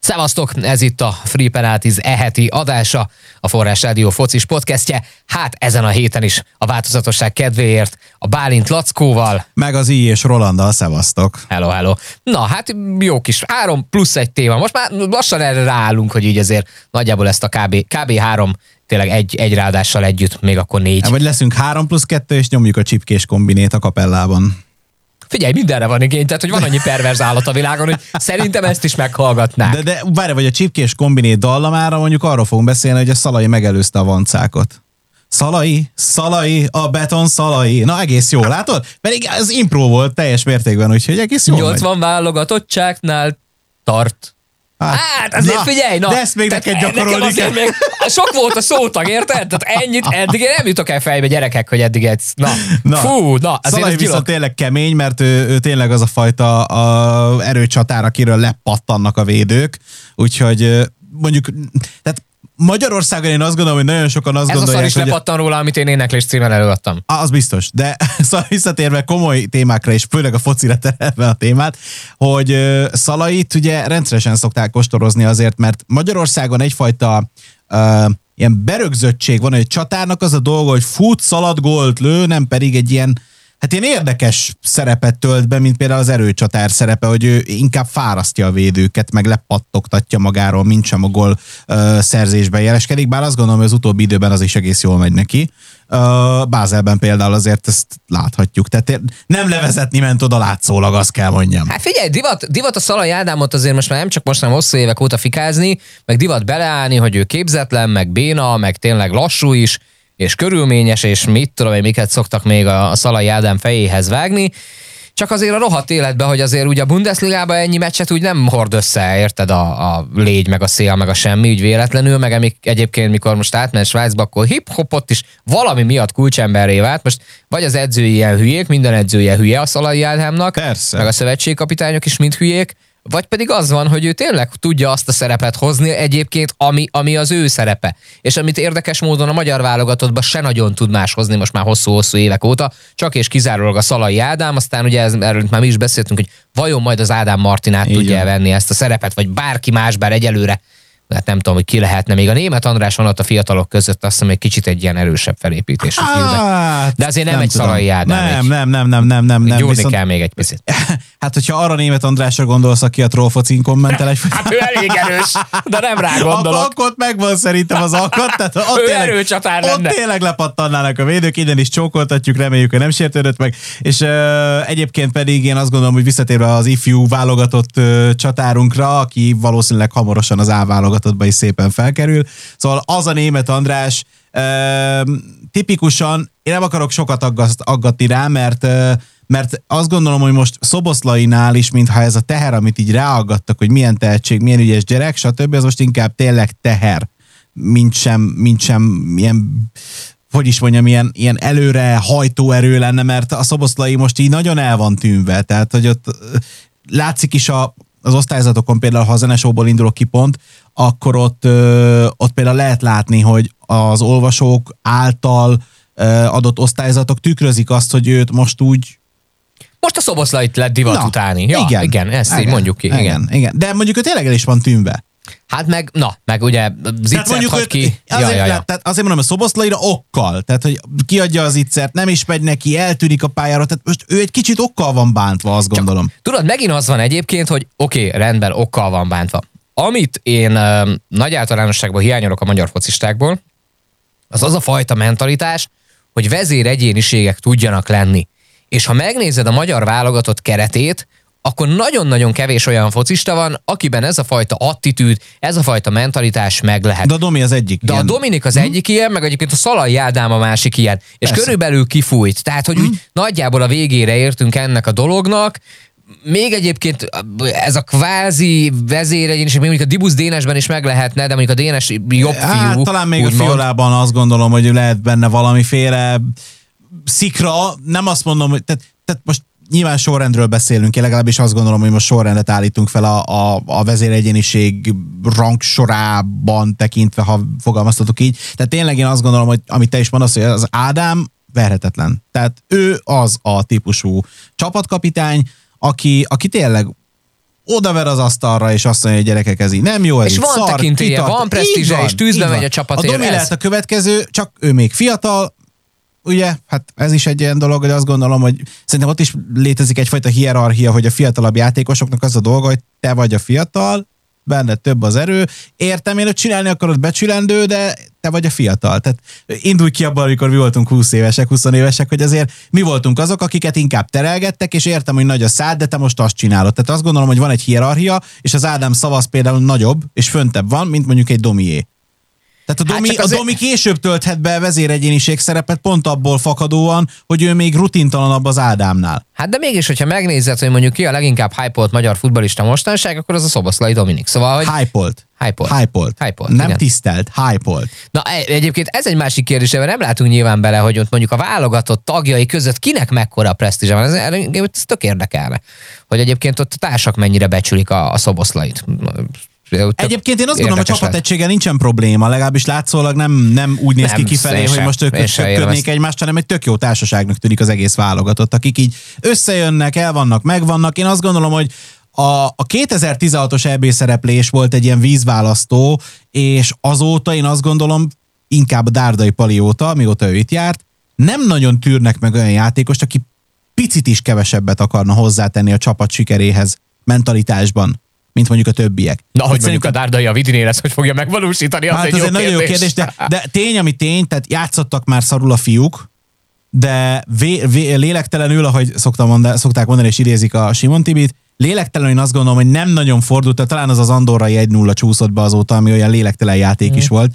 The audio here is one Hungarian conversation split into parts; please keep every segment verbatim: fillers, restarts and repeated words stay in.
Szevasztok, ez itt a Free Penalties e-heti adása, a Forrás Rádió focis podcastje. Hát ezen a héten is a változatosság kedvéért a Bálint Lackóval. Meg az I és Rolanddal, szevasztok. Hello, hello. Na, hát jó kis három plusz egy téma. Most már lassan erre ráállunk, hogy így azért nagyjából ezt a kb. kb. három, tényleg egy, egy ráadással együtt, még akkor négy. Vagy leszünk három plusz kettő, és nyomjuk a csipkés kombinét a kapellában. Figyelj, mindenre van igény, tehát hogy van annyi perverz állat a világon, hogy szerintem ezt is meghallgatnák. De, de várj, vagy a csipkés kombinét dallamára mondjuk arról fogunk beszélni, hogy a Szalai megelőzte a vancákot. Szalai, Szalai, a beton Szalai. Na egész jó, látod? Pedig ez impro volt teljes mértékben, úgyhogy egész jó. nyolcvan válogatottságnál tart. Hát, hát azért na, figyelj, na. De ezt még neked gyakorolni kell. Még sok volt a szótag, érted? Tehát ennyit eddig én nem jutok el fejbe, gyerekek, hogy eddig egy... Na, na. Fú, na. Szalai viszont tényleg kemény, mert ő, ő tényleg az a fajta a erőcsatár, akiről lepattannak a védők. Úgyhogy mondjuk... Tehát Magyarországon én azt gondolom, hogy nagyon sokan azt Ez gondolják, ez a szar is lepattan róla, amit én éneklés címen előadtam. Az biztos, de szóval visszatérve komoly témákra, és főleg a focira terelve a témát, hogy Szalait ugye rendszeresen szokták kostorozni azért, mert Magyarországon egyfajta uh, ilyen berögzöttség van, hogy egy csatárnak az a dolga, hogy fut, szalad, gólt lő, nem pedig egy ilyen hát ilyen érdekes szerepet tölt be, mint például az erőcsatár szerepe, hogy ő inkább fárasztja a védőket, meg lepattogtatja magáról, mint sem a gól uh, szerzésben jeleskedik, bár azt gondolom, hogy az utóbbi időben az is egész jól megy neki. Uh, Bázelben például azért ezt láthatjuk, tehát nem levezetni ment oda látszólag, azt kell mondjam. Hát figyelj, divat, divat a Szalai Ádámot azért most már nem csak most, nem hosszú évek óta fikázni, meg divat beleállni, hogy ő képzetlen, meg béna, meg tényleg lassú is, és körülményes, és mit tudom én, miket szoktak még a Szalai Ádám fejéhez vágni. Csak azért a rohadt életben, hogy azért ugye a Bundesligában ennyi meccset úgy nem hord össze, érted, a, a légy, meg a szél, meg a semmi, úgy véletlenül, meg egyébként, mikor most átment Svájcba, akkor hip-hopott is valami miatt kulcsemberré vált. Most vagy az edzői ilyen hülyék, minden edzője hülye a Szalai Ádámnak, persze, meg a szövetségkapitányok is mind hülyék, vagy pedig az van, hogy ő tényleg tudja azt a szerepet hozni egyébként, ami, ami az ő szerepe. És amit érdekes módon a magyar válogatottban se nagyon tud más hozni most már hosszú-hosszú évek óta, csak és kizárólag a Szalai Ádám, aztán ugye ez, erről már mi is beszéltünk, hogy vajon majd az Ádám Martin át tudja venni ezt a szerepet, vagy bárki más, bár egyelőre, hát nem tudom, hogy ki lehetne. Még a Németh András van ott a fiatalok között, azt hiszem, egy kicsit egy ilyen erősebb felépítésű hát, de azért nem, nem egy tudom. Szalai Ádám. Nem, egy, nem, nem, nem, nem, nem. Gyúrni viszont... kell még egy picit. Hát, hogyha arra Németh Andrásra gondolsz, aki a Trollfocin kommentel egy... Hát ő elég erős, de nem rá gondolok. Akkor ott megvan szerintem az alkat, tehát ott ő tényleg, erőcsatár ott lenne. tényleg lepattannának a védők, innen is csókoltatjuk, reméljük, hogy nem sértődött meg, és uh, egyébként pedig én azt gondolom, hogy visszatérve az ifjú válogatott uh, csatárunkra, aki valószínűleg hamarosan az A válogatottba is szépen felkerül, szóval az a Németh András uh, tipikusan, én nem akarok sokat aggaszt, aggatni rá, mert uh, mert azt gondolom, hogy most Szoboszlainál is, mintha ez a teher, amit így ráaggattak, hogy milyen tehetség, milyen ügyes gyerek, stb., az most inkább tényleg teher, mint sem, mint sem ilyen, hogy is mondjam, ilyen, ilyen előre hajtóerő lenne, mert a Szoboszlai most így nagyon el van tűnve, tehát, hogy ott látszik is a, az osztályzatokon, például ha a zenesóból indulok ki pont, akkor ott, ott például lehet látni, hogy az olvasók által adott osztályzatok tükrözik azt, hogy őt most úgy Most a Szoboszlait lett divat na, utáni. Ja, igen, igen, ezt igen, így mondjuk ki. Igen. Igen, igen. De mondjuk ő tényleg el is van tűnve. Hát meg, na, meg ugye zicsert hagy ki. Azért, ja, ja, ja. Tehát azért mondom, a Szoboszlaira okkal. Tehát, hogy kiadja az zicsert, nem is megy neki, eltűnik a pályára. Tehát most ő egy kicsit okkal van bántva, azt gondolom. Csak, tudod, megint az van egyébként, hogy oké, okay, rendben, okkal van bántva. Amit én uh, nagy általánosságban hiányolok a magyar focistákból, az az a fajta mentalitás, hogy vezéregyéniségek tudjanak lenni. És ha megnézed a magyar válogatott keretét, akkor nagyon-nagyon kevés olyan focista van, akiben ez a fajta attitűd, ez a fajta mentalitás meg lehet. De a Domi az egyik De ilyen. a Dominik az hmm. egyik ilyen, meg egyébként a Szalai Ádám a másik ilyen. És persze, körülbelül kifújt. Tehát, hogy hmm. úgy nagyjából a végére értünk ennek a dolognak. Még egyébként ez a kvázi vezéregyéniség, még mondjuk a Dibusz Dénesben is meg lehetne, de mondjuk a Dénes jobb fiú. Hát, talán még a mond. Fiolában azt gondolom, hogy lehet benne valamiféle szikra, nem azt mondom, hogy tehát, tehát most nyilván sorrendről beszélünk, én legalábbis azt gondolom, hogy most sorrendet állítunk fel a, a, a vezéregyéniség rangsorában tekintve, ha fogalmaztatok így. Tehát tényleg én azt gondolom, hogy amit te is mondasz, hogy az Ádám verhetetlen. Tehát ő az a típusú csapatkapitány, aki, aki tényleg odaver az asztalra, és azt mondja, hogy gyerekek, ez így nem jó, ez és így van szar, tekintélye, kitart. van presztízse, és tűzbe megy a csapatért. A Domi lehet a következő, csak ő még fiatal, ugye, hát ez is egy ilyen dolog, hogy azt gondolom, hogy szerintem ott is létezik egyfajta hierarchia, hogy a fiatalabb játékosoknak az a dolga, hogy te vagy a fiatal, benned több az erő. Értem én, hogy csinálni akarod becsülendő, de te vagy a fiatal. Tehát indulj ki abban, amikor mi voltunk húsz évesek, húsz évesek, hogy azért mi voltunk azok, akiket inkább terelgettek, és értem, hogy nagy a szád, de te most azt csinálod. Tehát azt gondolom, hogy van egy hierarchia, és az Ádám szavaz például nagyobb, és föntebb van, mint mondjuk egy Domié. Tehát a Domi, hát azért... a Domi később tölthet be vezéregyéniség szerepet pont abból fakadóan, hogy ő még rutintalanabb az Ádámnál. Hát de mégis, hogyha megnézed, hogy mondjuk ki a leginkább hype-olt magyar futballista mostanság, akkor az a Szoboszlai Dominik. Szóval, hogy... Hype-olt. Hype-olt. Hype-olt. Hype-olt. Nem igen. tisztelt, hype-olt. Na egyébként ez egy másik kérdés, mert nem látunk nyilván bele, hogy ott mondjuk a válogatott tagjai között kinek mekkora presztízse van. Ez, ez tök érdekelne, hogy egyébként ott a társak mennyire becsülik a, a Szoboszlait. Egyébként én azt gondolom, hogy a csapategységgel nincsen probléma, legalábbis látszólag nem, nem úgy néz nem, ki kifelé, hogy most ők kötnék egymást, hanem egy tök jó társaságnak tűnik az egész válogatott, akik így összejönnek, el vannak, megvannak. Én azt gondolom, hogy a, a kétezer-tizenhatos é bé szereplés volt egy ilyen vízválasztó, és azóta én azt gondolom, inkább a Dárdai Pali óta, mióta ő itt járt, nem nagyon tűrnek meg olyan játékost, aki picit is kevesebbet akarna hozzátenni a csapat sikeréhez mentalitásban, mint mondjuk a többiek. Na, hogy mondjuk a Dárdai a Vidinél ezt hogy fogja megvalósítani, az hát egy ez jó egy nagyon jó kérdés, de, de tény, ami tény, tehát játszottak már szarul a fiúk, de vé, vé, lélektelenül, ahogy szoktam mondani, szokták mondani, és idézik a Simon Tibit, lélektelenül én azt gondolom, hogy nem nagyon fordult, talán az az andorrai egy nulla csúszott be azóta, ami olyan lélektelen játék mm. is volt.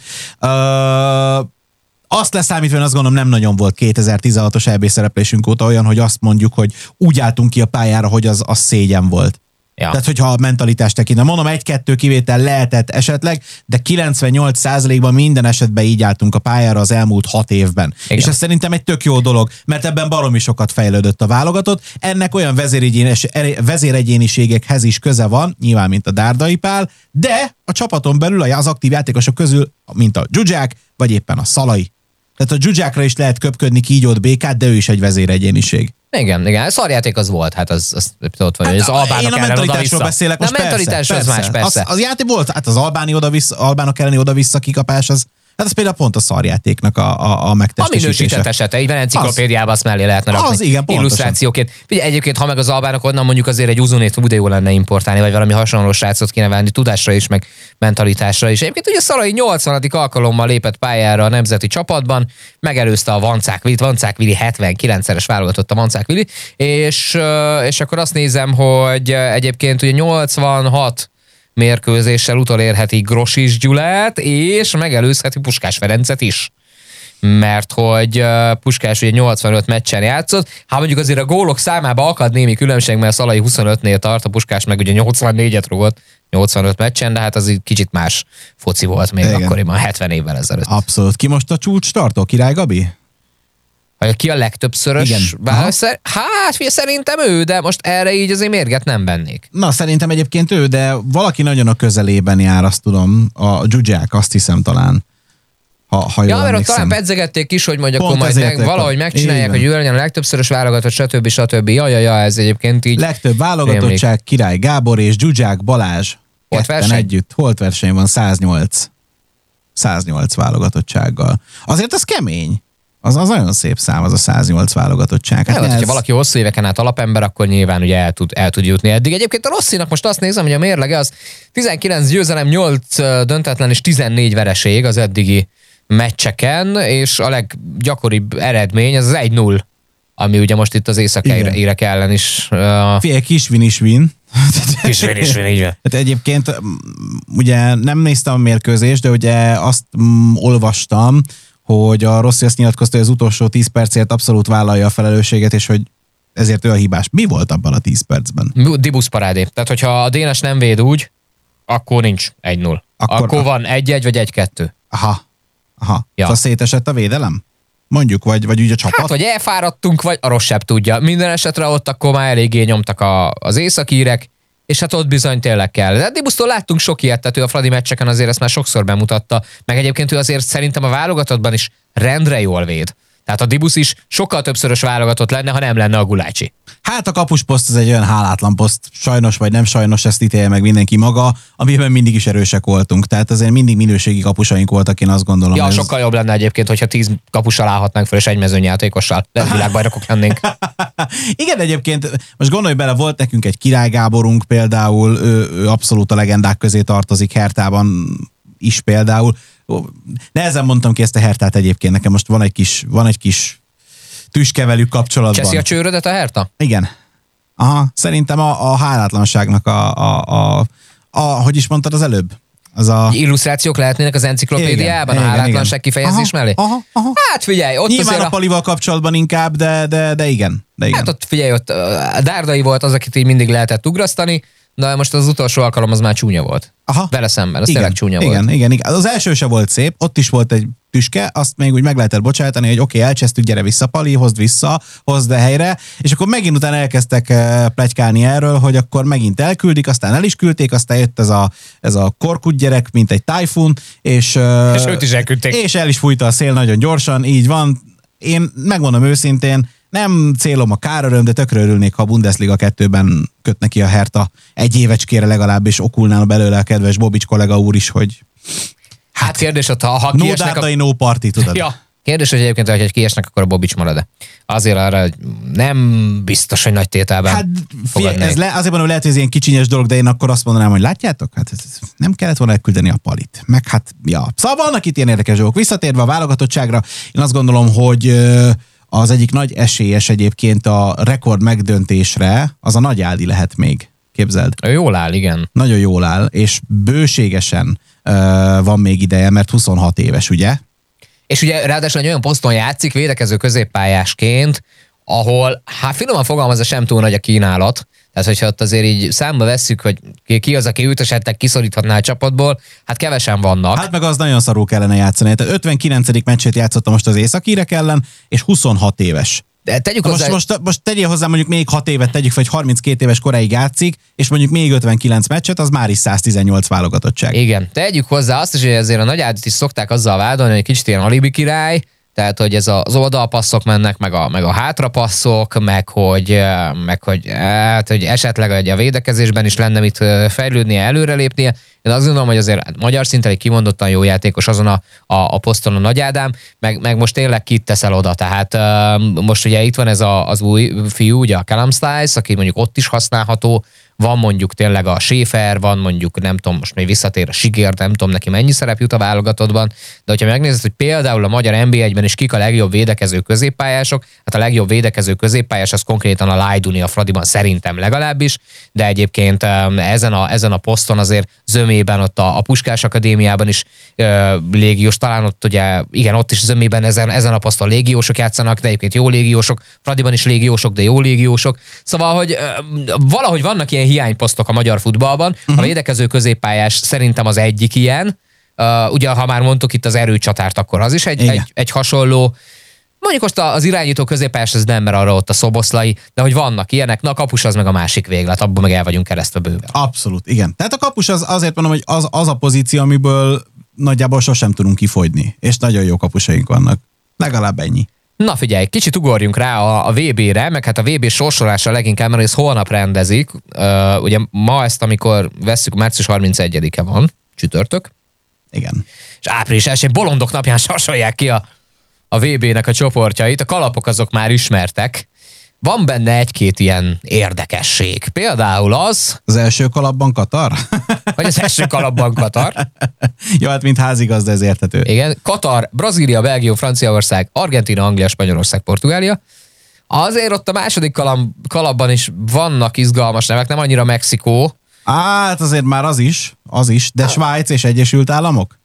Uh, azt leszámítva, én azt gondolom, nem nagyon volt kétezer-tizenhatos é bé szereplésünk óta olyan, hogy azt mondjuk, hogy úgy álltunk ki a pályára, hogy az, az szégyen volt. Ja. Tehát, hogyha a mentalitást tekintem. Mondom, egy-kettő kivétel lehetett esetleg, de kilencvennyolc százalékban minden esetben így álltunk a pályára az elmúlt hat évben. Igen. És ez szerintem egy tök jó dolog, mert ebben baromi sokat fejlődött a válogatott. Ennek olyan vezéregyéniségekhez is köze van, nyilván, mint a Dárdai Pál, de a csapaton belül az aktív játékosok közül, mint a Dzsuzsák, vagy éppen a Szalai. Tehát a Dzsuzsákra is lehet köpködni kígyót békát, de ő is egy vezéregyéniség. Igen, igen, szarjáték az volt, hát az, az ott van, hát, az albánok ellen oda-vissza. Én a mentalitásról beszélek most, persze. A mentalitás az más, persze. Az, az játék volt, hát az albáni oda-vissza, albánok elleni oda-vissza kikapás, az, hát az például pont a szarjátéknak a, a, a megtestesítése. A minősített esete, így van enciklopédiában azt mellé lehetne rakni. Az, igen, illusztrációként. Figyelj, egyébként, ha meg az albánok onnan mondjuk azért egy Uzunét úgy jó lenne importálni, vagy valami hasonló srácot kéne venni tudásra is, meg mentalitásra is. Egyébként ugye Szalai nyolcvanadik alkalommal lépett pályára a nemzeti csapatban, megelőzte a Vancák Vilit, Vancák Vili hetvenkilencszeres válogatott a Vancák Vili, és, és akkor azt nézem, hogy egyébként ugye nyolcvanhat mérkőzéssel utolérheti Grosics Gyulát, és megelőzheti Puskás Ferencet is. Mert hogy Puskás ugye nyolcvanöt meccsen játszott, hát mondjuk azért a gólok számába akad némi különbség, mert Szalai huszonötnél tart, a Puskás meg ugye nyolcvannégyet rúgott nyolcvanöt meccsen, de hát az egy kicsit más foci volt még igen. Akkoriban, hetven évvel ezelőtt. Abszolút. Ki most a csúcs tartó? Király Gabi? Ki a legtöbbszörös válasz? Hát, fia, szerintem ő, de most erre így azért mérget nem vennék. Na, szerintem egyébként ő, de valaki nagyon a közelében jár, azt tudom, a Dzsuzsák, azt hiszem talán. Ha, ha ja, mert ott talán pedzegették is, hogy majd akkor majd meg, valahogy megcsinálják, hogy ő legyen a legtöbbszörös válogatott, stb. stb. Ja, ja, ja, ez egyébként így. Legtöbb válogatottság, Király Gábor és Dzsuzsák Balázs. Holt verseny? Együtt. Holt verseny van száznyolc. száznyolc válogatottsággal. Azért az kemény. Az, az nagyon szép szám, az a száznyolc válogatottság. Hát ja, ez... hogyha valaki hosszú éveken át alapember, akkor nyilván ugye el tud, el tud jutni eddig. Egyébként a Rosszinak most azt nézem, hogy a mérlege az tizenkilenc győzelem, nyolc döntetlen és tizennégy vereség az eddigi meccseken, és a leggyakoribb eredmény az az egy null, ami ugye most itt az észak-írek ellen is. Uh... Fie, kisvin is win. Kisvin is win, így van. Hát egyébként ugye nem néztem a mérkőzést, de ugye azt mm, olvastam, hogy a Rossi azt nyilatkozta, hogy az utolsó tíz percért abszolút vállalja a felelősséget, és hogy ezért ő a hibás. Mi volt abban a tíz percben? Dibusz parádé. Tehát, hogyha a Dénes nem véd úgy, akkor nincs egy null. Akkor, akkor van egy-egy vagy egy-kettő. Aha. Aha. Ja. Szóval szétesett a védelem? Mondjuk, vagy, vagy úgy a csapat? Hát, vagy elfáradtunk, vagy a rossz sebb tudja. Minden esetre ott akkor már eléggé nyomtak a, az északírek, és hát ott bizony tényleg kell. De Dibusztól láttunk sok ilyet, tehát ő a Fradi meccseken azért ezt már sokszor bemutatta, meg egyébként ő azért szerintem a válogatottban is rendre jól véd. Tehát a Dibusz is sokkal többszörös válogatott lenne, ha nem lenne a Gulácsi. Hát a kapusposzt az egy olyan hálátlan poszt, sajnos vagy nem sajnos, ezt ítélje meg mindenki maga, amiben mindig is erősek voltunk. Tehát azért mindig minőségi kapusaink voltak, én azt gondolom. Ja, ez... sokkal jobb lenne egyébként, hogyha tíz kapussal állhatnánk fel, és egy mezőnyjátékossal. Lehet világbajnokok lennénk. Igen, egyébként most gondolj bele, volt nekünk egy Király Gáborunk például, ő, ő abszolút a legendák közé tartozik Hertában is például. Nehezen mondtam ki ezt a Hertát egyébként, nekem most van egy kis, van egy kis tüske velük kapcsolatban. Cseszi a csőrödet a Herta? Igen. Aha, szerintem a, a hálátlanságnak a, a, a, a, hogy is mondtad az előbb? Az a... Illusztrációk lehetnének az enciklopédiában, igen, a hálátlanság igen, kifejezés aha, mellé? Aha, aha. Hát figyelj, ott nyilván azért a Palival kapcsolatban inkább, de, de, de igen, de igen. Hát ott figyelj, ott a Dárdai volt az, akit így mindig lehetett ugrasztani, de most az utolsó alkalom az már csúnya volt. Aha. Vele szemben, az igen, tényleg csúnya igen, volt. Igen, igen, igen. Az első se volt szép, ott is volt egy tüske, azt még úgy meg lehetett bocsátani, hogy oké, okay, elcsesztük, gyere vissza, Pali, hozd vissza, hozd a helyre, és akkor megint utána elkezdtek pletykálni erről, hogy akkor megint elküldik, aztán el is küldték, aztán jött ez a, ez a korkut gyerek, mint egy tájfun, és, és őt is elküldték. És el is fújta a szél nagyon gyorsan, így van. Én megmondom őszintén, nem célom a káröröm, de tökre örülnék, ha a Bundesliga kettőben kötne ki a Hertha egy évecskére legalább, és okulnál belőle a kedves Bobics kollega úr is, hogy hát kérdés, ha, ha no kiesnek... Dárdai, a... no party, tudod? Ja. Kérdés, hogy egyébként, hogy kiesnek, akkor a Bobics marad-e. Azért arra nem biztos, hogy nagy tételben hát, figyelj, ez le, azért mondom, hogy lehet, hogy ez ilyen kicsinyes dolog, de én akkor azt mondanám, hogy látjátok, hát ez, ez nem kellett volna elküldeni a Palit. Meg hát, ja. Szóval vannak itt ilyen érdekes dolgok. Visszatérve a válogatottságra, én azt gondolom, hogy az egyik nagy esélyes egyébként a rekord megdöntésre, az a Nagy Ádi lehet még. Képzeld. Ő jól áll, igen. Nagyon jól áll, és bőségesen uh, van még ideje, mert huszonhat éves, ugye? És ugye ráadásul egy olyan poszton játszik védekező középpályásként, ahol, hát finoman fogalmazva sem túl nagy a kínálat. Tehát, hogyha ott azért így számba vesszük, hogy ki az, aki őt esetleg kiszoríthatná a csapatból, hát kevesen vannak. Hát meg az nagyon szarul kellene játszani. Tehát ötvenkilencedik meccsét játszotta most az északírek ellen, és huszonhat éves. De tegyük most, hozzá... most, most tegyél hozzá mondjuk még hat évet, tegyük fel, hogy harminckét éves koráig játszik, és mondjuk még ötvenkilenc meccset, az már is száztizennyolc válogatottság. Igen, tegyük hozzá azt is, hogy azért a Nagy Ádit is szokták azzal vádolni, hogy kicsit ilyen alibi király, tehát, hogy ez az oldalpasszok mennek, meg a, meg a hátrapasszok, meg hogy, meg hogy, hát, hogy esetleg hogy a védekezésben is lenne mit fejlődnie, előrelépnie. Én azt gondolom, hogy azért magyar szinten egy kimondottan jó játékos azon a, a, a poszton a Nagy Ádám, meg, meg most tényleg kit teszel oda. Tehát uh, most ugye itt van ez a, az új fiú, ugye a Callum Stiles, aki mondjuk ott is használható, van mondjuk tényleg a Schäfer, van mondjuk nem tudom, most még visszatér a Sigér, nem tudom neki mennyi szerep jut a válogatottban, de hogyha megnézed, hogy például a magyar en bé egyben is kik a legjobb védekező középpályások, hát a legjobb védekező középpályás az konkrétan a Lajduni a Fradiban szerintem legalábbis, de egyébként ezen a, ezen a poszton azért zömében ott a, a Puskás Akadémiában is ö, légiós, talán ott ugye, igen, ott is zömében ezen, ezen a poszton légiósok játszanak, de egyébként jó légiósok, Fradiban is légiósok, de jó légiósok, szóval, hogy ö, valahogy vannak ilyen hiányposztok a magyar futballban. Uh-huh. A védekező középpályás szerintem az egyik ilyen. Uh, ugye, ha már mondtuk itt az erőcsatárt, akkor az is egy, egy, egy hasonló. Mondjuk most az irányító középpályás ez nem, mert arra ott a Szoboszlai, de hogy vannak ilyenek, na a kapus az meg a másik véglet, abban meg el vagyunk keresztve bőven. Abszolút, igen. Tehát a kapus az, azért mondom, hogy az, az a pozíció, amiből nagyjából sosem tudunk kifogyni, és nagyon jó kapusaink vannak. Legalább ennyi. Na figyelj, kicsit ugorjunk rá a, a vé bé-re, meg hát a vé bé sorsolásra leginkább, mert ez holnap rendezik. Uh, ugye ma ezt, amikor vesszük, március harmincegyedike van, csütörtök. Igen. És április elsején bolondok napján sorsolják ki a, a vé bé-nek a csoportjait. A kalapok azok már ismertek. Van benne egy-két ilyen érdekesség. Például az... Az első kalapban Katar? Vagy az első kalapban Katar. Jó, hát mint házigazda, ez érthető. Igen, Katar, Brazília, Belgium, Franciaország, Argentína, Anglia, Spanyolország, Portugália. Azért ott a második kalap, kalapban is vannak izgalmas nevek, nem annyira Mexikó. Hát azért már az is, az is, de Svájc és Egyesült Államok?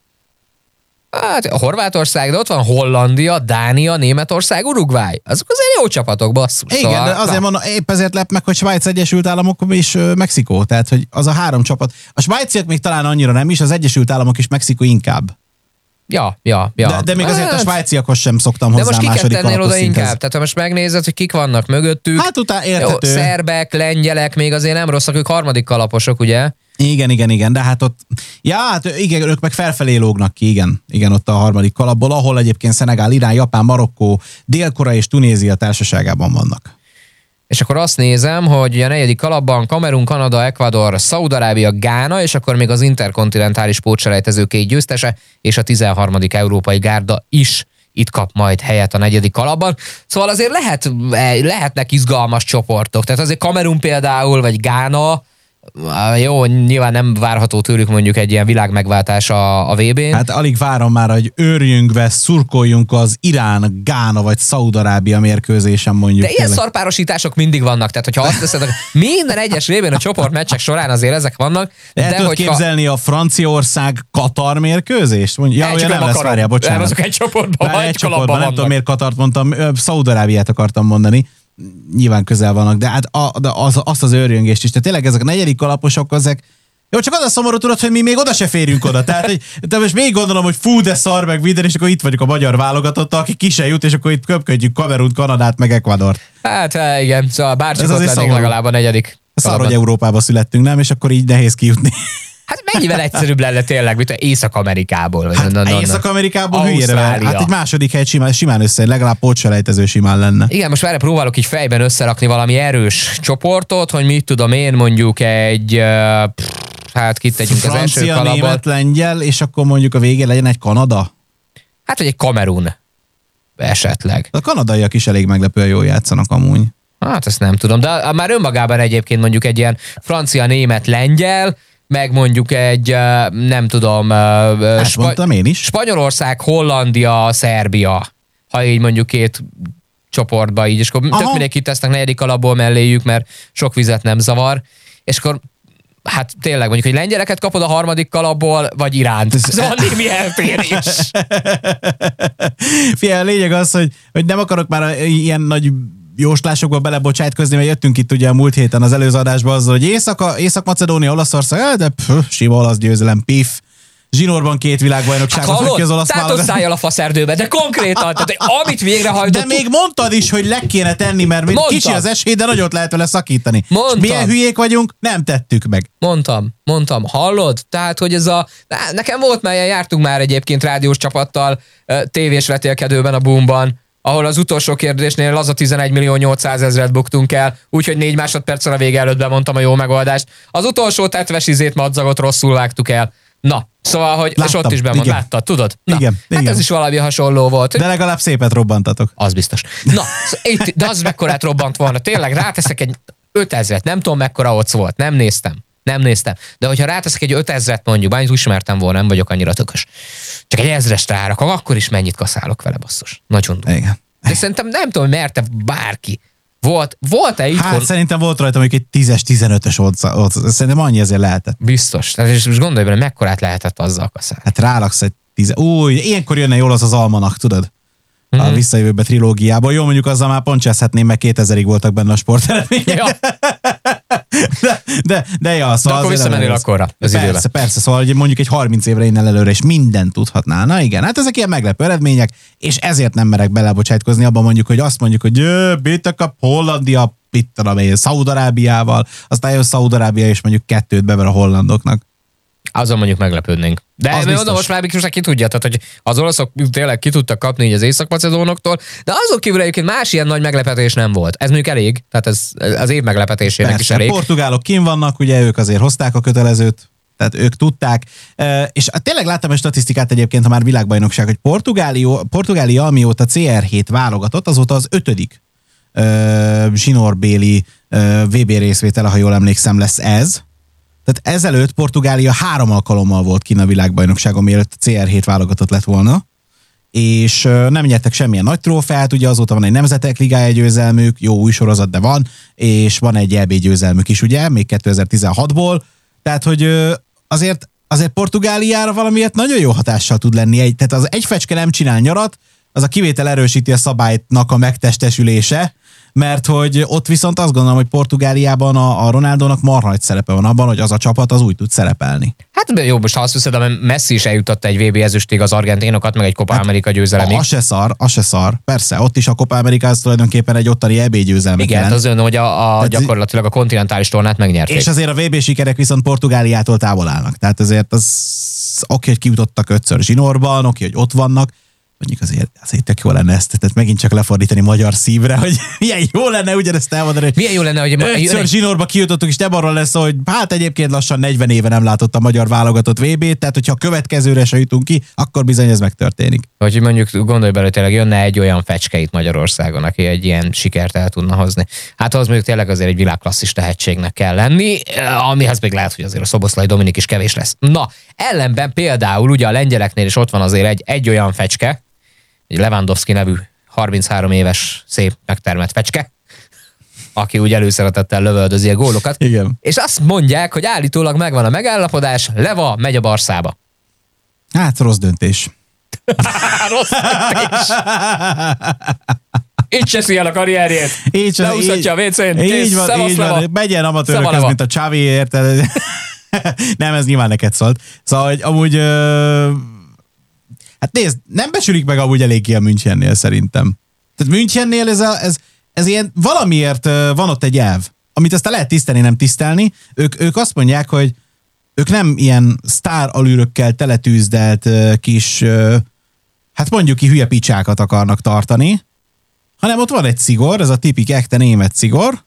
Hát a Horvátország, de ott van Hollandia, Dánia, Németország, Uruguay. Azok azért jó csapatok, basszus. Igen, szóval, de azért mondom, épp ezért lep meg, hogy Svájc, Egyesült Államok és Mexikó. Tehát, hogy az a három csapat. A svájciak még talán annyira nem is, az Egyesült Államok és Mexikó inkább. Ja, ja, ja. De, de még azért hát, a svájciakhoz sem szoktam hozzá de most második kiket tennél oda szinthez. inkább? Tehát ha most megnézed, hogy kik vannak mögöttük. Hát utána érthető. Jó, szerbek, lengyelek, még azért nem rosszak, ők harmadik kalaposok, ugye? Igen, igen, igen, de hát ott, ja, hát igen, ők meg felfelé lógnak ki, igen, igen, ott a harmadik kalapból, ahol egyébként Szenegál, Irán, Japán, Marokkó, Dél-Korea és Tunézia társaságában vannak. És akkor azt nézem, hogy a negyedik kalapban Kamerun, Kanada, Ecuador, Szaúd-Arábia, Gána, és akkor még az interkontinentális pótselejtező két győztese, és a tizenharmadik európai gárda is itt kap majd helyet a negyedik kalapban. Szóval azért lehet, lehetnek izgalmas csoportok. Tehát azért Kamerun például, vagy Gána, jó, nyilván nem várható tőlük mondjuk egy ilyen világmegváltás a, a vé bén. Hát alig várom már, hogy őrjünk be, szurkoljunk az Irán, Gána vagy Szaúd-Arábia mérkőzésen mondjuk. De ilyen szarpárosítások mindig vannak, tehát hogyha azt teszed, minden egyes révén a csoportmeccsek során azért ezek vannak. De, de tudod hogyha... képzelni a Franciaország-Katar mérkőzést? Mondja, ja, nem, nem lesz, várjál, bocsánat. Nem, azok egy csoportban, Bár egy csoportban, nem tudom miért Katart mondtam, Szaúd-Arábiát akartam mondani. Nyilván közel vannak, de hát a, de az, azt az őrjöngést is. Tehát tényleg ezek a negyedik kalaposok, ezek... Jó, csak az a szomorú tudod, hogy mi még oda se férjünk oda. Tehát, hogy de most még gondolom, hogy fú, de szar, meg minden, és akkor itt vagyunk a magyar válogatottal, aki ki se jut, és akkor itt köpködjük Kamerunt, Kanadát, meg Ecuadort. Hát igen, szóval bárcsak ott lennénk legalább a negyedik. Szar, hogy Európába születtünk, nem? És akkor így nehéz kijutni. Hát mennyivel egyszerűbb lenne tényleg, mint Észak-Amerikából. Vagy hát, no, no, no. Észak-Amerikából hülyére. Hát egy második hely simán, simán össze, legalább pótselejtező simán lenne. Igen, most várj, próbálok így fejben összerakni valami erős csoportot, hogy mit tudom én, mondjuk egy, hát kit tegyünk az első kalapban. Francia, német, lengyel, és akkor mondjuk a végén legyen egy Kanada? Hát, vagy egy Kamerun esetleg. A kanadaiak is elég meglepően jól játszanak amúgy. Hát ezt nem tudom, de már önmagában egyébként mondjuk egy ilyen francia, német, lengyel, meg mondjuk egy, nem tudom, hát Spa- én is. Spanyolország, Hollandia, Szerbia, ha így mondjuk két csoportba így, és akkor Aha. tök mindegy kitesznek negyedik kalapból melléjük, mert sok vizet nem zavar, és akkor hát tényleg mondjuk, hogy lengyeleket kapod a harmadik kalapból, vagy Iránt. Ez van némi eltérés. Figyelj, a lényeg az, hogy, hogy nem akarok már ilyen nagy jóslásokba belebocsátkozni, mert jöttünk itt ugye a múlt héten az előző adásban azzal, hogy Észak- Észak-Macedónia, Olaszország, de pff, sima olasz győzelem, pif. Zsinórban két világbajnokságot, hát hogy az olasz válogatott. Szállj a faszerdőbe, de konkrétan, tehát amit végrehajtottuk. De még mondtad is, hogy le kéne tenni, mert még kicsi az esély, de nagyot lehet vele szakítani. Mondtam. Milyen hülyék vagyunk, nem tettük meg. Mondtam, mondtam, hallod? Tehát, hogy ez a... Nekem volt, melyen jártunk már egyébként rádiós csapattal, tévés vetélkedőben a Boomban, ahol az utolsó kérdésnél az a tizenegy millió nyolcszázezret buktunk el, úgyhogy négy másodperccel a vége előtt bemondtam a jó megoldást. Az utolsó tetves izét madzagot rosszul vágtuk el. Na, szóval, hogy és ott is bemond, láttad, tudod? Na, igen, hát igen. Ez is valami hasonló volt. De legalább szépet robbantatok. Az biztos. Na, itt, de az mekkorát robbant volna. Tényleg ráteszek egy ötezret, nem tudom mekkora ott volt, nem néztem. Nem néztem. De hogyha ráteszek egy ötezret mondjuk, bármit ismertem volna, nem vagyok annyira tökös. Csak egy ezrest rárakok, akkor is mennyit kaszálok vele, basszus. Nagyon durva. Igen. De szerintem nem tudom, hogy merte bárki. Volt, volt-e itthon? Hát szerintem volt rajta mondjuk egy tízes, tizenötös ott, ott, szerintem annyi ezért lehetett. Biztos. Tehát és most gondolj bele, mekkorát lehetett azzal kaszálni. Hát rálaksz egy tíze. Új, ilyenkor jönne jól az az almanak, tudod? Mm-hmm. A visszajövőbe trilógiából. Jó, mondjuk azzal már poncsázhatném, meg kétezerig voltak benne a sporteredmények. Ja. De, de, de, ja, szóval de akkor visszamennél akkorra az persze, időbe. Persze, szóval hogy mondjuk egy harminc évre innen előre is mindent tudhatnál. Na igen, hát ezek ilyen meglepő eredmények, és ezért nem merek belebocsátkozni abban mondjuk, hogy azt mondjuk, hogy bétek a Hollandia, itt tudom én, Szaúd-Arábiával, aztán jön Szaúd-Arábia, és mondjuk kettőt bever a hollandoknak. Azon mondjuk meglepődnénk. De az mondom, most már biztos ki tudja, tehát hogy az olaszok tényleg ki tudtak kapni így az észak-macedónoktól, de azok kívül egyébként más ilyen nagy meglepetés nem volt. Ez mondjuk elég, tehát ez az év meglepetésének persze, is elég. A portugálok kim vannak, ugye ők azért hozták a kötelezőt, tehát ők tudták. És tényleg láttam egy statisztikát egyébként, ha már világbajnokság, hogy Portugália, Portugália amióta cé er hét válogatott, azóta az ötödik zsinórbéli vé bé részvétele, ha jól emlékszem, lesz ez. Tehát ezelőtt Portugália három alkalommal volt kint a világbajnokságon, mielőtt a cé er hét válogatott lett volna, és nem nyertek semmilyen nagy trófeát, ugye azóta van egy Nemzetek Ligája győzelmük, jó új sorozat, de van, és van egy é bé győzelmük is, ugye, még kétezer-tizenhatból, tehát, hogy azért, azért Portugáliára valamiért nagyon jó hatással tud lenni. Egy, tehát az egy fecske nem csinál nyarat, az a kivétel erősíti a szabálynak a megtestesülése, mert hogy ott viszont azt gondolom, hogy Portugáliában a, a Ronaldónak marha nagy szerepe van abban, hogy az a csapat az úgy tud szerepelni. Hát jó, most ha azt hiszed, hogy Messi is eljutatta egy vé bé ezüstig az argentinokat, meg egy Copa hát, America győzelemig. Az se szar, az se szar. Persze, ott is a Copa America az tulajdonképpen egy ottani é bé győzelmet igen, jelent. az ön, hogy a, a gyakorlatilag a kontinentális tornát megnyerték. És azért a vé bé sikerek viszont Portugáliától távol állnak. Tehát azért az oké, hogy kijutottak ötször zsinórban, oké, hogy ott vannak. Mondjuk azért, azért tök jó lenne ezt, tehát megint csak lefordítani magyar szívre, hogy milyen jó lenne ugyanezt elmondani, hogy milyen jó lenne, hogy ötször zsinórba kijutottuk, és nem arról lesz, hogy hát egyébként lassan negyven éve nem látott a magyar válogatott vé bét, tehát hogyha a következőre se jutunk ki, akkor bizony ez megtörténik. Hogy mondjuk gondolj bele, hogy tényleg jönne egy olyan fecske itt Magyarországon, aki egy ilyen sikert el tudna hozni. Hát az mondjuk tényleg azért egy világklasszis tehetségnek kell lenni, amihez még lehet, hogy azért a Szoboszlai Dominik is kevés lesz. Na, ellenben például ugye a lengyeleknél is ott van azért egy, egy olyan fecske, egy Lewandowski nevű harminchárom éves szép megtermett fecske, aki úgy előszeretettel lövöldözi a gólokat. Igen. És azt mondják, hogy állítólag megvan a megállapodás, Leva megy a Barszába. Hát rossz döntés. Rossz döntés. Így cseszi el a karrierjét. Így van, leúszhatja a vécén. Így van, így van. Megyen amatőrökhöz, mint a Xavi, érted? Nem, ez nyilván neked szólt. Szóval, hogy amúgy... Ö... Hát nézd, nem becsülik meg amúgy eléggé a Münchennél szerintem. Tehát Münchennél ez, a, ez, ez ilyen valamiért van ott egy elv, amit aztán lehet tisztelni, nem tisztelni. Ők, ők azt mondják, hogy ők nem ilyen sztár alűrökkel teletűzdelt kis, hát mondjuk ki hülye picsákat akarnak tartani, hanem ott van egy szigor, ez a tipik ekte német szigor,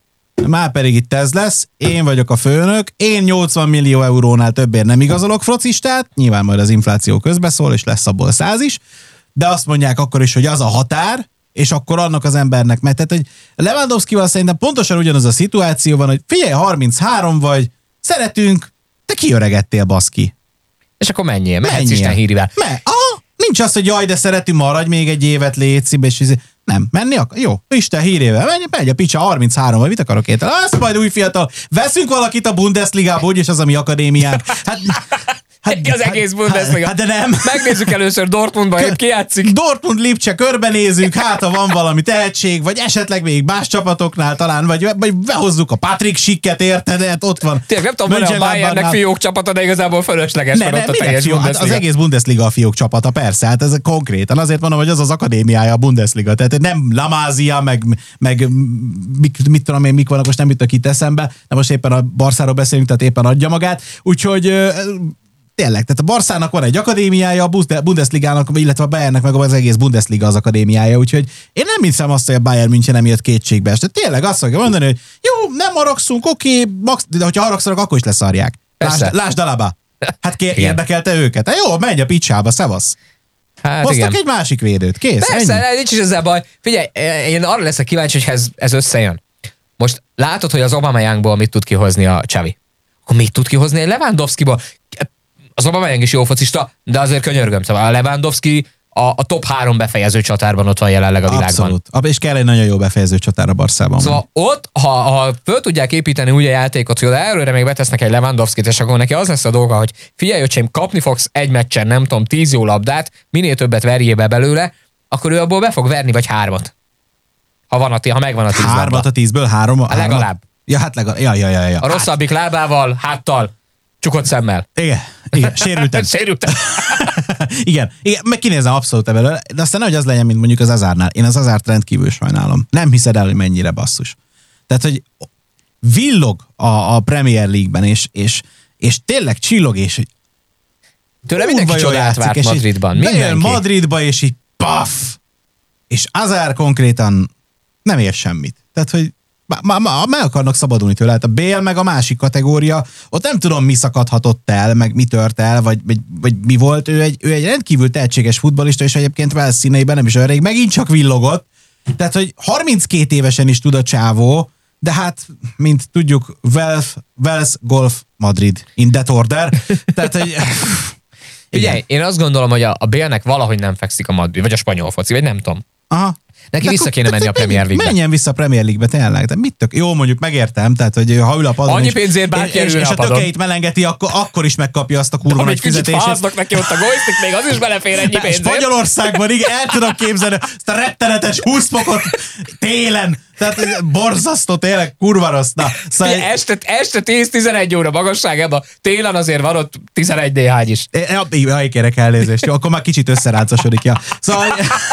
már pedig itt ez lesz, én vagyok a főnök, én nyolcvan millió eurónál többért nem igazolok focistát, nyilván majd az infláció közbeszól, és lesz abból száz is, de azt mondják akkor is, hogy az a határ, és akkor annak az embernek, mert tehát, hogy Lewandowskival szerintem pontosan ugyanaz a szituáció van, hogy figyelj, harminchárom vagy, szeretünk, te kiöregettél, baszki. És akkor menjél, mehetsz Isten hírivel. Me- Aha, nincs az, hogy jaj, de szeretünk, maradj még egy évet, légy, és nem, menni akar? Jó, Isten hírével, menj, menj a picsa harminchárom, vagy mit akarok érte? Azt majd új fiatal, veszünk valakit a Bundesligából, úgyis az a mi akadémián. Hát, hát, az egész Bundesliga. Hát de nem. Megnézzük először Dortmundban, hogy ki játszik. Dortmund, Lipcse, körbenézünk, hát ha van valami tehetség, vagy esetleg még más csapatoknál talán, vagy, vagy behozzuk a Patrick Schicket, érted? Hát ott van. Tényleg nem tudom, hogy a Bayernnek fiók csapata, de igazából fölösleges ne, ne, a teljes hát az egész Bundesliga a fiók csapata, persze, hát ez konkrétan. Azért mondom, hogy az az akadémiája a Bundesliga. Tehát nem La Masia, meg, meg mit, mit tudom én, mik vannak, most nem jutok itt eszembe, de most éppen a Barszáról beszélünk, tehát éppen adja magát. Úgyhogy tényleg, tehát a Barszának van egy akadémiája, a Bundesligának, illetve a Bayernnek meg az egész Bundesliga az akadémiája, úgyhogy én nem hiszem azt, hogy a Bayern München emiatt kétségbe esett. Tényleg azt fogja mondani, hogy jó, nem haragszunk, oké, max, de hogyha haragszanak, akkor is leszarják. Lásd, lásd Alaba. Hát kér, érdekelte őket. Hát jó, menj a picsába, szevasz. Hát hoztak igen. Egy másik védőt, kész. Persze, ennyi. Nincs is ezzel baj. Figyelj, én arra leszek kíváncsi, hogy ez, ez összejön. Most látod, hogy az Aubameyangból mit tud kihozni a Xavi. Akkor mit tud kihozni egy Lewandowskiból? Az Aubameyang is jó focista, de azért könyörgöm, szóval a Lewandowski a, a top három befejező csatárban ott van jelenleg a világban. Abszolút. És kell egy nagyon jó befejező csatár a Barszában. Szóval ott, ha, ha föl tudják építeni úgy a játékot, hogy előre még betesznek egy Lewandowskit, és akkor neki az lesz a dolga, hogy figyelj, öcsém, kapni fogsz egy meccsen, nem tudom, tíz jó labdát, minél többet verjél be belőle, akkor ő abból be fog verni, vagy hármat. Ha, van a, ha megvan a tíz Hármat labda. a tízből, három? A legalább. Ja, hát legalább. Ja, ja, ja, ja. A rosszabbik lábával, háttal, csukott szemmel. Igen, igen, sérültem. Sérültem. igen, igen, meg kinézem abszolút ebből, de aztán nehogy az legyen, mint mondjuk az Hazardnál. Én az Hazard rendkívül sajnálom. Nem hiszed el, hogy mennyire basszus. Tehát, hogy villog a, a Premier League-ben, és, és, és tényleg csillog, és hogy tőle mindenki csodát várt Madridban. Bejön Madridba, és így paff! És Hazard konkrétan nem ér semmit. Tehát, hogy Ma, ma, meg akarnak szabadulni tőle. Hát a Bale meg a másik kategória, ott nem tudom, mi szakadhatott el, meg mi tört el, vagy, vagy, vagy mi volt. Ő egy, ő egy rendkívül tehetséges futballista, és egyébként Wales színeiben nem is olyan rég, megint csak villogott. Tehát, hogy harminckét évesen is tud a csávó, de hát, mint tudjuk, Wales, Wales Golf Madrid in that order. Tehát, hogy... Ugye, én azt gondolom, hogy a, a Bale-nek valahogy nem fekszik a Madrid, vagy a spanyol foci, vagy nem tudom. Aha. Neki vissza kéne menni a Premier League-be. Menjen vissza a Premier League-be, tényleg. De mit tök? Jó, mondjuk megértem, tehát hogy ha ül a padon, annyi és, pénzért bárki és, és a a padon. tökeit melengeti, akkor, akkor is megkapja azt a kurva nagy fizetését. Amit kicsit neki ott a golysztik, még az is belefér ennyi pénzért. Magyarországban, igen, el tudom képzelni ezt a rettenetes húsz fokot télen. Tehát borzasztó, tényleg kurva rossz. Na, szóval este, este tíz-tizenegy óra magasságában, télen azért van ott tizenegy néhány is. Ja, kérek elnézést, jó, akkor már kicsit összeráncosodik. Ja. Szóval,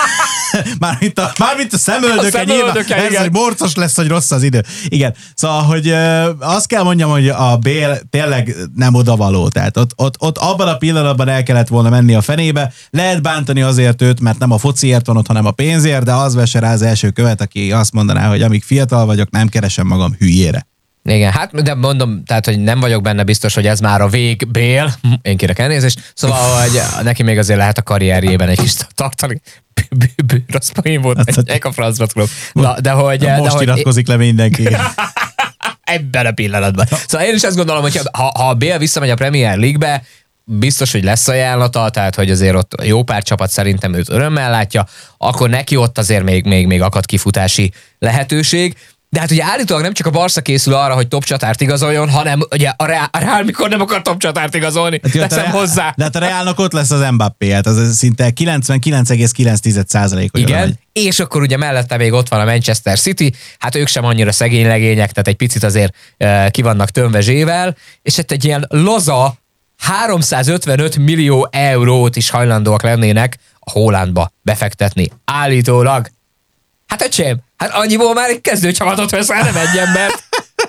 mármint a, mármint a szemöldöke, nyilván, ez, hogy borcos lesz, hogy rossz az idő. Igen, szóval, hogy azt kell mondjam, hogy a Bél tényleg nem odavaló. Tehát ott, ott, ott abban a pillanatban el kellett volna menni a fenébe. Lehet bántani azért őt, mert nem a fociért van ott, hanem a pénzért, de az vesse rá az első követ, aki azt mondaná, hogy amíg fiatal vagyok, nem keresem magam hülyére. Igen, hát de mondom, tehát, hogy nem vagyok benne biztos, hogy ez már a vég Bél. Én kérek elnézést. Szóval, hogy neki még azért lehet a karrierjében egy kis tartani. Rossz poén volt, egy a francba tudom. Na, de hogy... Most iratkozik le mindenki. Ebben a pillanatban. Szóval én is azt gondolom, hogy ha, ha a Bél visszamegy a Premier League-be, biztos, hogy lesz ajánlata, tehát hogy azért ott jó pár csapat szerintem őt örömmel látja, akkor neki ott azért még, még, még akad kifutási lehetőség. De hát ugye állítólag nem csak a Barca készül arra, hogy top csatárt igazoljon, hanem ugye a Real, a Real mikor nem akar top csatárt igazolni, hát teszem Real, hozzá. De hát a Realnak ott lesz az Mbappé, hát az szinte kilencvenkilenc egész kilenc százalék. Igen, vagy. És akkor ugye mellette még ott van a Manchester City, hát ők sem annyira szegény legények, tehát egy picit azért uh, ki vannak tömve zsével, és hát egy ilyen laza háromszázötvenöt millió eurót is hajlandóak lennének a Haalandba befektetni. Állítólag. Hát öcsém, hát annyiból már egy kezdőcsapatot veszel, nem egy embert.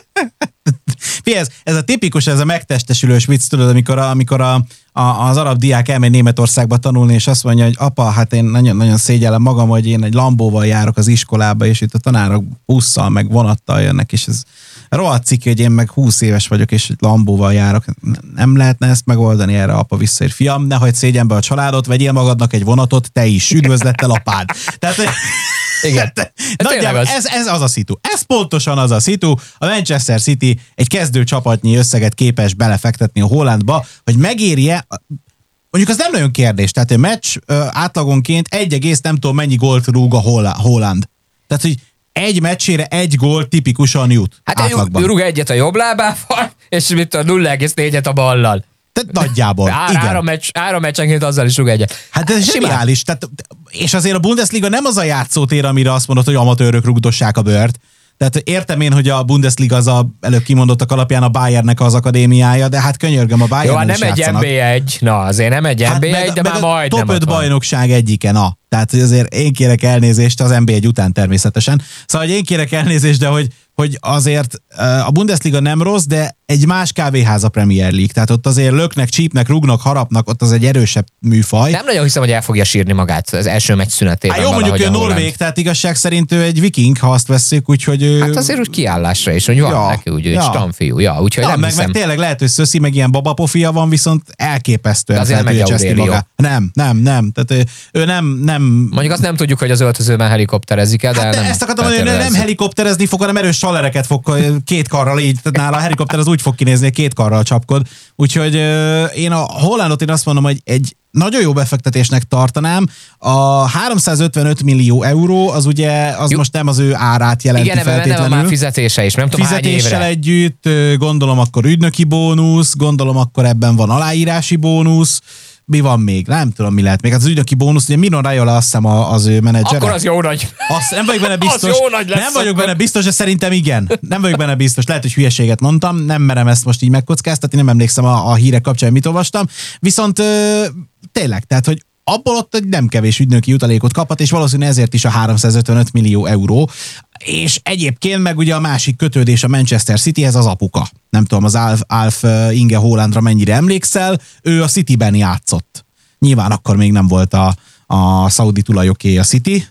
Figyelj, ez, ez a tipikus, ez a megtestesülős vicc, tudod, amikor, a, amikor a, a, az arab diák elmegy Németországba tanulni, és azt mondja, hogy apa, hát én nagyon-nagyon szégyellem magam, hogy én egy Lambóval járok az iskolába, és itt a tanárok busszal, meg vonattal jönnek, és ez rohadt ciki, hogy én meg húsz éves vagyok, és egy Lambóval járok. Nem lehetne ezt megoldani, erre apa visszaér. Fiam, ne hagyd szégyenbe a családot, vegyél magadnak egy vonatot, te is. Üdvözlettel apád. Tehát... Igen. Nagyjából ez, ez az a szitu. Ez pontosan az a szitu. A Manchester City egy kezdő csapatnyi összeget képes belefektetni a Haalandba, hogy megérje, mondjuk az nem nagyon kérdés, tehát egy meccs ö, átlagonként egy egész nem tudom mennyi gólt rúg a Haaland. Tehát, hogy egy meccsére egy gól tipikusan jut. Hát átlagban. Ő rúg egyet a jobb lábával, és mit a nulla egész négyet a ballal. Tehát nagyjából. Ár, ára, meccs, ára meccsenként azzal is rúg egyet. Hát ez zseniális. Tehát, és azért a Bundesliga nem az a játszótér, amire azt mondod, hogy amatőrök rugdossák a bőrt. Tehát értem én, hogy a Bundesliga az a előbb kimondottak alapján a Bayernnek az akadémiája, de hát könyörgöm, a Bayern jó, hát nem egy játszanak. en bé egy, na azért nem egy hát en bé egy, de már majd top öt bajnokság egyike, na. Tehát azért én kérek elnézést az en bé egy után természetesen. Szóval, hogy én kérek elnézést, de hogy, hogy azért a Bundesliga nem rossz, de egy más kávéház a Premier League. Tehát ott azért löknek, csípnek, rúgnak, harapnak, ott az egy erősebb műfaj. Nem nagyon hiszem, hogy el fogja sírni magát az első meccs szünetében. Hát jó, mondjuk ő norvég, tehát igazság szerint ő egy viking, ha azt vesszük, úgyhogy ő... Hát azért úgy kiállásra is, hogy van ja, neki úgy, ja. Stamfiú, ja, úgyhogy ja, nem meg, hiszem. meg tényleg lehet, hogy szöszi, meg ilyen babapofia van, viszont elképesztően fel tudja cseszni magát. Nem, nem, nem. Tehát ő, ő nem, nem... Mondjuk azt nem tudjuk, hogy az öltözőben helikopterezik el, de hát nem... Ezt akartam mondani, hogy nem helikopterezni fog, hanem erős salereket fog két karral így, tehát nála a helikopter az úgy fog kinézni, két karral csapkod. Úgyhogy én a Haalandot én azt mondom, hogy egy nagyon jó befektetésnek tartanám. A háromszázötvenöt millió euró, az ugye, az jó. Most nem az ő árát jelenti igen, feltétlenül. Igen, ebben már fizetése is, nem tudom fizetéssel együtt, gondolom akkor ügynöki bónusz, gondolom akkor ebben van aláírási bónusz. Mi van még? Nem tudom, mi lehet még. Az ügynöki bónusz, ugye Mino Raiola azt hiszem az ő menedzsere. Akkor az jó nagy. Azt nem vagyok benne biztos. Nem vagyok benne biztos, de szerintem igen. Nem vagyok benne biztos. Lehet, hogy hülyeséget mondtam. Nem merem ezt most így megkockáztatni. Nem emlékszem a, a hírek kapcsán, mit olvastam. Viszont ö, tényleg, tehát, hogy abból ott egy nem kevés ügynöki jutalékot kaphat, és valószínűleg ezért is a háromszázötvenöt millió euró. És egyébként meg ugye a másik kötődés a Manchester Cityhez az apuka. Nem tudom, az Alf, Alf Inge Haalandra mennyire emlékszel, ő a Cityben játszott. Nyilván akkor még nem volt a, a szaudi tulajoké a City,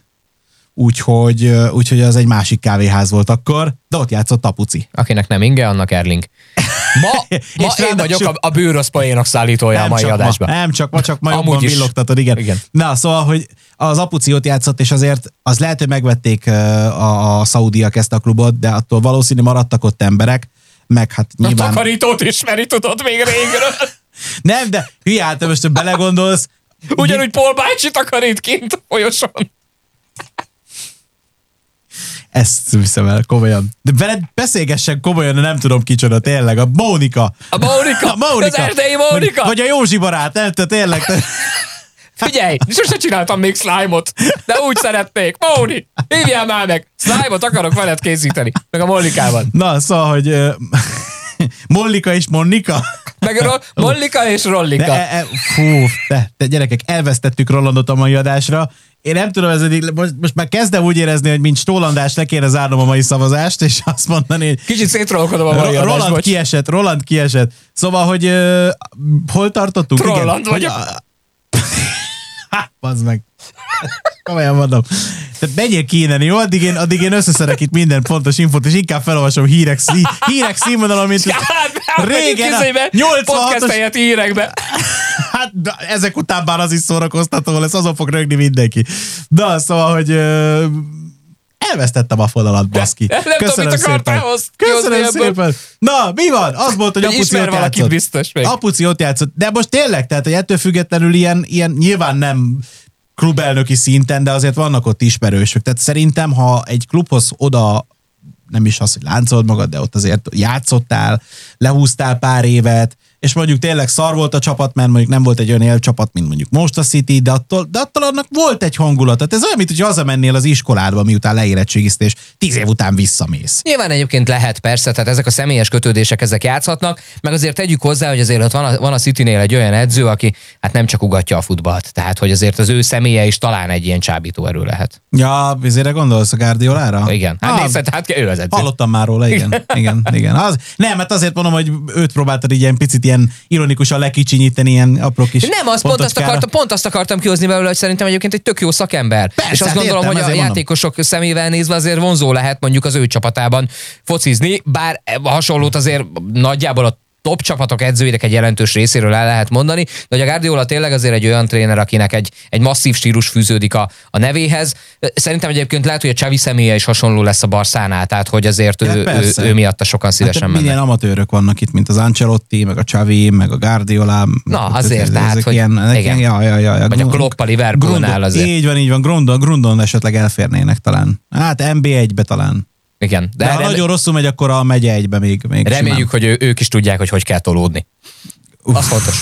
úgyhogy, úgyhogy az egy másik kávéház volt akkor, de ott játszott Apuci. Akinek nem Inge, annak Erling. Ma, ma én vagyok a, a bőrös poénok szállítója a mai adásban. Ma, nem csak ma, csak ma jobban villogtatod, igen. igen. Na, szóval, hogy az Apuci ott játszott, és azért az lehet, hogy megvették a, a szaudiak ezt a klubot, de attól valószínű maradtak ott emberek, meg hát nyilván... A takarítót ismeri, tudod még régről. Nem, de hülye, hát most belegondolsz. Ugyanúgy Paul bácsi takarít kint a folyosón. Ezt viszem el, komolyan. De veled beszélgessen komolyan, de nem tudom kicsoda, tényleg. A Mónika. A Mónika. A Mónika. Az erdélyi Mónika. Vagy, vagy a Józsi barát, nem tudom, tényleg. Figyelj, sose csináltam még slime-ot, de úgy szeretnék. Móni, hívjál már meg. Slime-ot akarok veled készíteni, meg a Mollikával. Na, szóval, hogy uh, Mollika és Monika. Meg a ro- Mollika és Rollika. De, e, e, fú, te, te gyerekek, elvesztettük Rolandot a mai adásra. Én nem tudom, ez eddig, most, most már kezdem úgy érezni, hogy mint Stólandás le kéne zárnom a mai szavazást, és azt mondani, hogy kicsit szétrolkodom a mai Roland adást, bocs. kiesett, Roland kiesett. Szóval, hogy uh, hol tartottunk? Roland Igen, vagyok. Hogy, hát, bazd meg. Komolyan mondom. Tehát menjél ki innen, jó? Addig én, addig én összeszedek itt minden fontos infót, és inkább felolvasom hírek, szí, hírek színvonalon, mint régen a nyolcvanhatos... Podcast helyett hírekbe. Hát ezek után már az is szórakoztató lesz, azon fog rögni mindenki. Na, szóval, hogy ö, elvesztettem a fonalat, baszki. De, nem Köszönöm tudom, mit akartál szépen. hozni. Köszönöm szépen. Na, mi van? Az volt, hogy apuci Ismer ott valakit játszott. biztos még. Apuci ott játszott. De most tényleg, tehát hogy ettől függetlenül ilyen, ilyen nyilván nem klubelnöki szinten, de azért vannak ott ismerősök. Tehát szerintem, ha egy klubhoz oda, nem is az, hogy láncolod magad, de ott azért játszottál, lehúztál pár évet, és mondjuk tényleg szar volt a csapat, mert mondjuk nem volt egy olyan élcsapat, mint mondjuk most a City, de attól, de attól annak volt egy hangulat. Tehát ez olyan, mint hogy hazamennél az iskoládba, miután leérettségiztél, és tíz év után visszamész. Nyilván egyébként lehet, persze, tehát ezek a személyes kötődések, ezek játszhatnak, meg azért tegyük hozzá, hogy azért ott van a, van a Citynél egy olyan edző, aki hát nem csak ugatja a futballt, tehát hogy azért az ő személye is talán egy ilyen csábító erő lehet. Ja, vizére gondolsz a Guardiolára? Igen, hát ah, nézd, hát ő az edző. Hallottam már róla, igen. igen, igen. Az, nem, mert azért mondom, hogy őt próbáltad így ilyen picit ilyen ironikusan lekicsinyíteni, ilyen apró kis Nem, az pont azt, akartam, pont azt akartam kihozni belőle, hogy szerintem egyébként egy tök jó szakember. Persze, és azt hát gondolom, értem, hogy a ezért játékosok szemével nézve azért vonzó lehet mondjuk az ő csapatában focizni, bár hasonlót azért nagyjából a top csapatok edzőinek egy jelentős részéről el lehet mondani, de hogy a Guardiola tényleg azért egy olyan tréner, akinek egy, egy masszív stílus fűződik a, a nevéhez. Szerintem egyébként lehet, hogy a Xavi személye is hasonló lesz a Barszánál, tehát hogy azért ja, ő, ő, ő miatta sokan szívesen hát mennek. milyen amatőrök vannak itt, mint az Ancelotti, meg a Xavi, meg a Guardiola. Na, azért, tehát, hogy ilyen, igen. Ja, ja, ja, ja. Vagy a Klopp a Liverpoolnál azért. Így van, így van. Grundon, Grundon esetleg elférnének talán. Hát en bé egybe talán. Igen. De, de ha remé- nagyon rosszul megy, akkor a megye egybe még, még Reméljük, simán. hogy ő, ők is tudják, hogy hogy kell tolódni. Uf. Az fontos.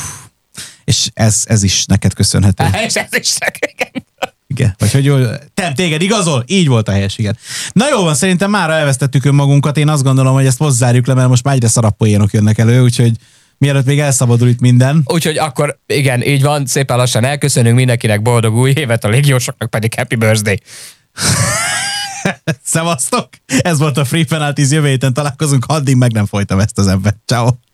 És ez, ez is neked köszönhető. És ez is neked. Igen. Vagy hogy jól... Te, téged igazol? Így volt a helyes, igen. Na jó van, szerintem már elvesztettük önmagunkat. Én azt gondolom, hogy ezt hozzárjuk le, mert most már egyre szarabb poénok jönnek elő, úgyhogy mielőtt még elszabadul itt minden. Úgyhogy akkor igen, így van, szépen lassan elköszönünk mindenkinek, boldog új évet, a légiósoknak pedig happy birthday. Szevasztok! Ez volt a Free Penalties, jövő héten találkozunk, addig meg nem folytam ezt az ebben. Ciao.